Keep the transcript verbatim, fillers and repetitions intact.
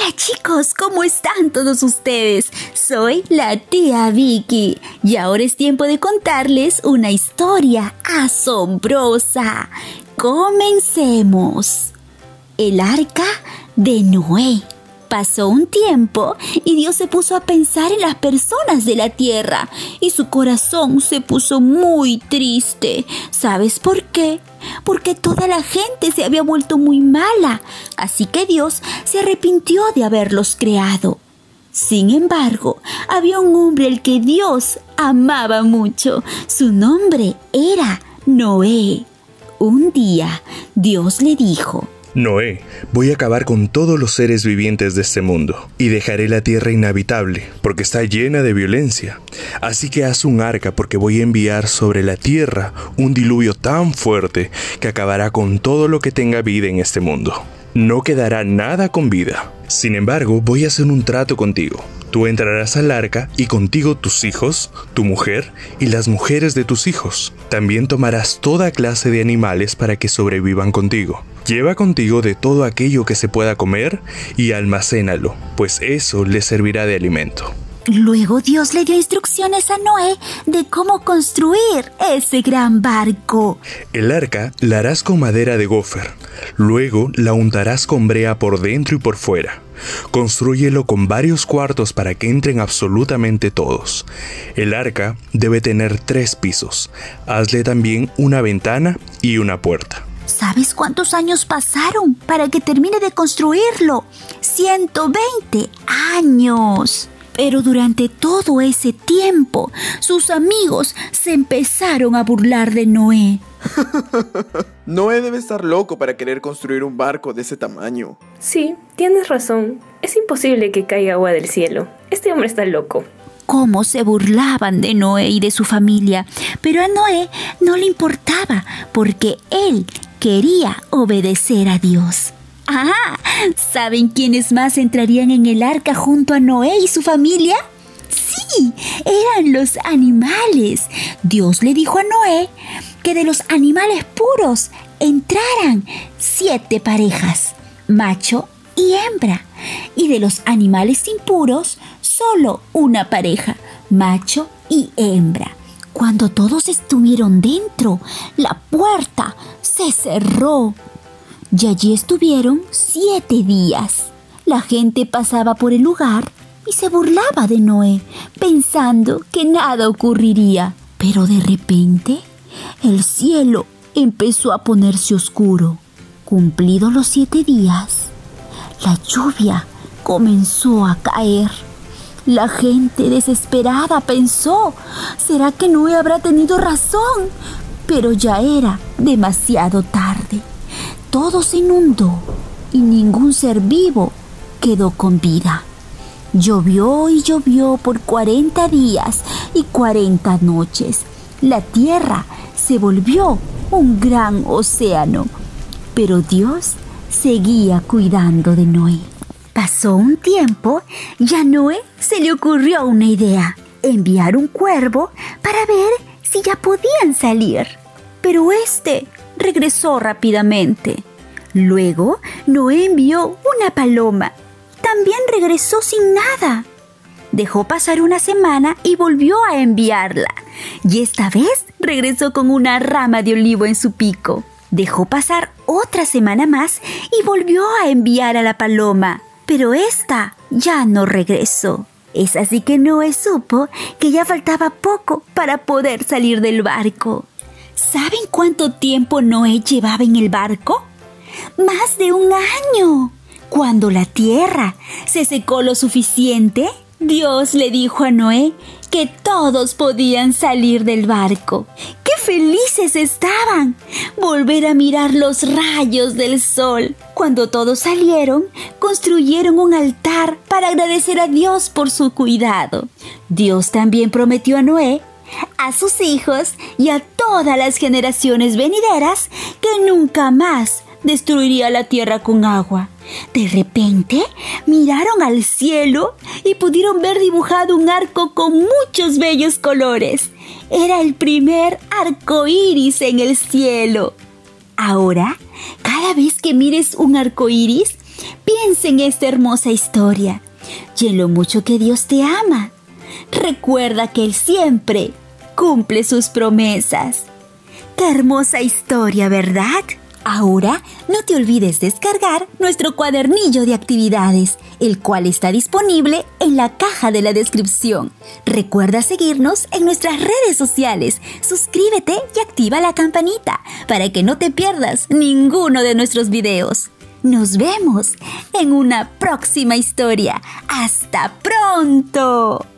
Hola chicos, ¿cómo están todos ustedes? Soy la tía Vicky y ahora es tiempo de contarles una historia asombrosa. Comencemos. El arca de Noé. Pasó un tiempo y Dios se puso a pensar en las personas de la tierra y su corazón se puso muy triste. ¿Sabes por qué? Porque toda la gente se había vuelto muy mala, así que Dios se arrepintió de haberlos creado. Sin embargo, había un hombre al que Dios amaba mucho. Su nombre era Noé. Un día, Dios le dijo: Noé, voy a acabar con todos los seres vivientes de este mundo, y dejaré la tierra inhabitable, porque está llena de violencia. Así que haz un arca, porque voy a enviar sobre la tierra un diluvio tan fuerte que acabará con todo lo que tenga vida en este mundo. No quedará nada con vida. Sin embargo, voy a hacer un trato contigo. Tú entrarás al arca y contigo tus hijos, tu mujer y las mujeres de tus hijos. También tomarás toda clase de animales para que sobrevivan contigo. Lleva contigo de todo aquello que se pueda comer y almacénalo, pues eso les servirá de alimento. Luego Dios le dio instrucciones a Noé de cómo construir ese gran barco. El arca la harás con madera de gofer. Luego la untarás con brea por dentro y por fuera. Constrúyelo con varios cuartos para que entren absolutamente todos. El arca debe tener tres pisos. Hazle también una ventana y una puerta. ¿Sabes cuántos años pasaron para que termine de construirlo? ciento veinte años. Pero durante todo ese tiempo, sus amigos se empezaron a burlar de Noé. Noé debe estar loco para querer construir un barco de ese tamaño. Sí, tienes razón. Es imposible que caiga agua del cielo. Este hombre está loco. Cómo se burlaban de Noé y de su familia, pero a Noé no le importaba porque él quería obedecer a Dios. Ah, ¿saben quiénes más entrarían en el arca junto a Noé y su familia? Sí, eran los animales. Dios le dijo a Noé que de los animales puros entraran siete parejas, macho y hembra, y de los animales impuros solo una pareja, macho y hembra. Cuando todos estuvieron dentro, la puerta se cerró. Y allí estuvieron siete días. La gente pasaba por el lugar y se burlaba de Noé, pensando que nada ocurriría. Pero de repente, el cielo empezó a ponerse oscuro. Cumplidos los siete días, la lluvia comenzó a caer. La gente desesperada pensó: ¿será que Noé habrá tenido razón? Pero ya era demasiado tarde. Todo se inundó y ningún ser vivo quedó con vida. Llovió y llovió por cuarenta días y cuarenta noches. La tierra se volvió un gran océano, pero Dios seguía cuidando de Noé. Pasó un tiempo y a Noé se le ocurrió una idea: enviar un cuervo para ver si ya podían salir. Pero este regresó rápidamente. Luego, Noé envió una paloma. También regresó sin nada. Dejó pasar una semana y volvió a enviarla. Y esta vez regresó con una rama de olivo en su pico. Dejó pasar otra semana más y volvió a enviar a la paloma. Pero esta ya no regresó. Es así que Noé supo que ya faltaba poco para poder salir del barco. ¿Saben cuánto tiempo Noé llevaba en el barco? ¡Más de un año! Cuando la tierra se secó lo suficiente, Dios le dijo a Noé que todos podían salir del barco. ¡Qué felices estaban! Volver a mirar los rayos del sol. Cuando todos salieron, construyeron un altar para agradecer a Dios por su cuidado. Dios también prometió a Noé, a sus hijos y a todas las generaciones venideras que nunca más destruiría la tierra con agua. De repente, miraron al cielo y pudieron ver dibujado un arco con muchos bellos colores. Era el primer arco iris en el cielo. Ahora, cada vez que mires un arco iris, Piensa en esta hermosa historia y en lo mucho que Dios te ama. Recuerda que Él siempre cumple sus promesas. ¡Qué hermosa historia!, ¿verdad? Ahora, no te olvides descargar nuestro cuadernillo de actividades, el cual está disponible en la caja de la descripción. Recuerda seguirnos en nuestras redes sociales, suscríbete y activa la campanita para que no te pierdas ninguno de nuestros videos. Nos vemos en una próxima historia. ¡Hasta pronto!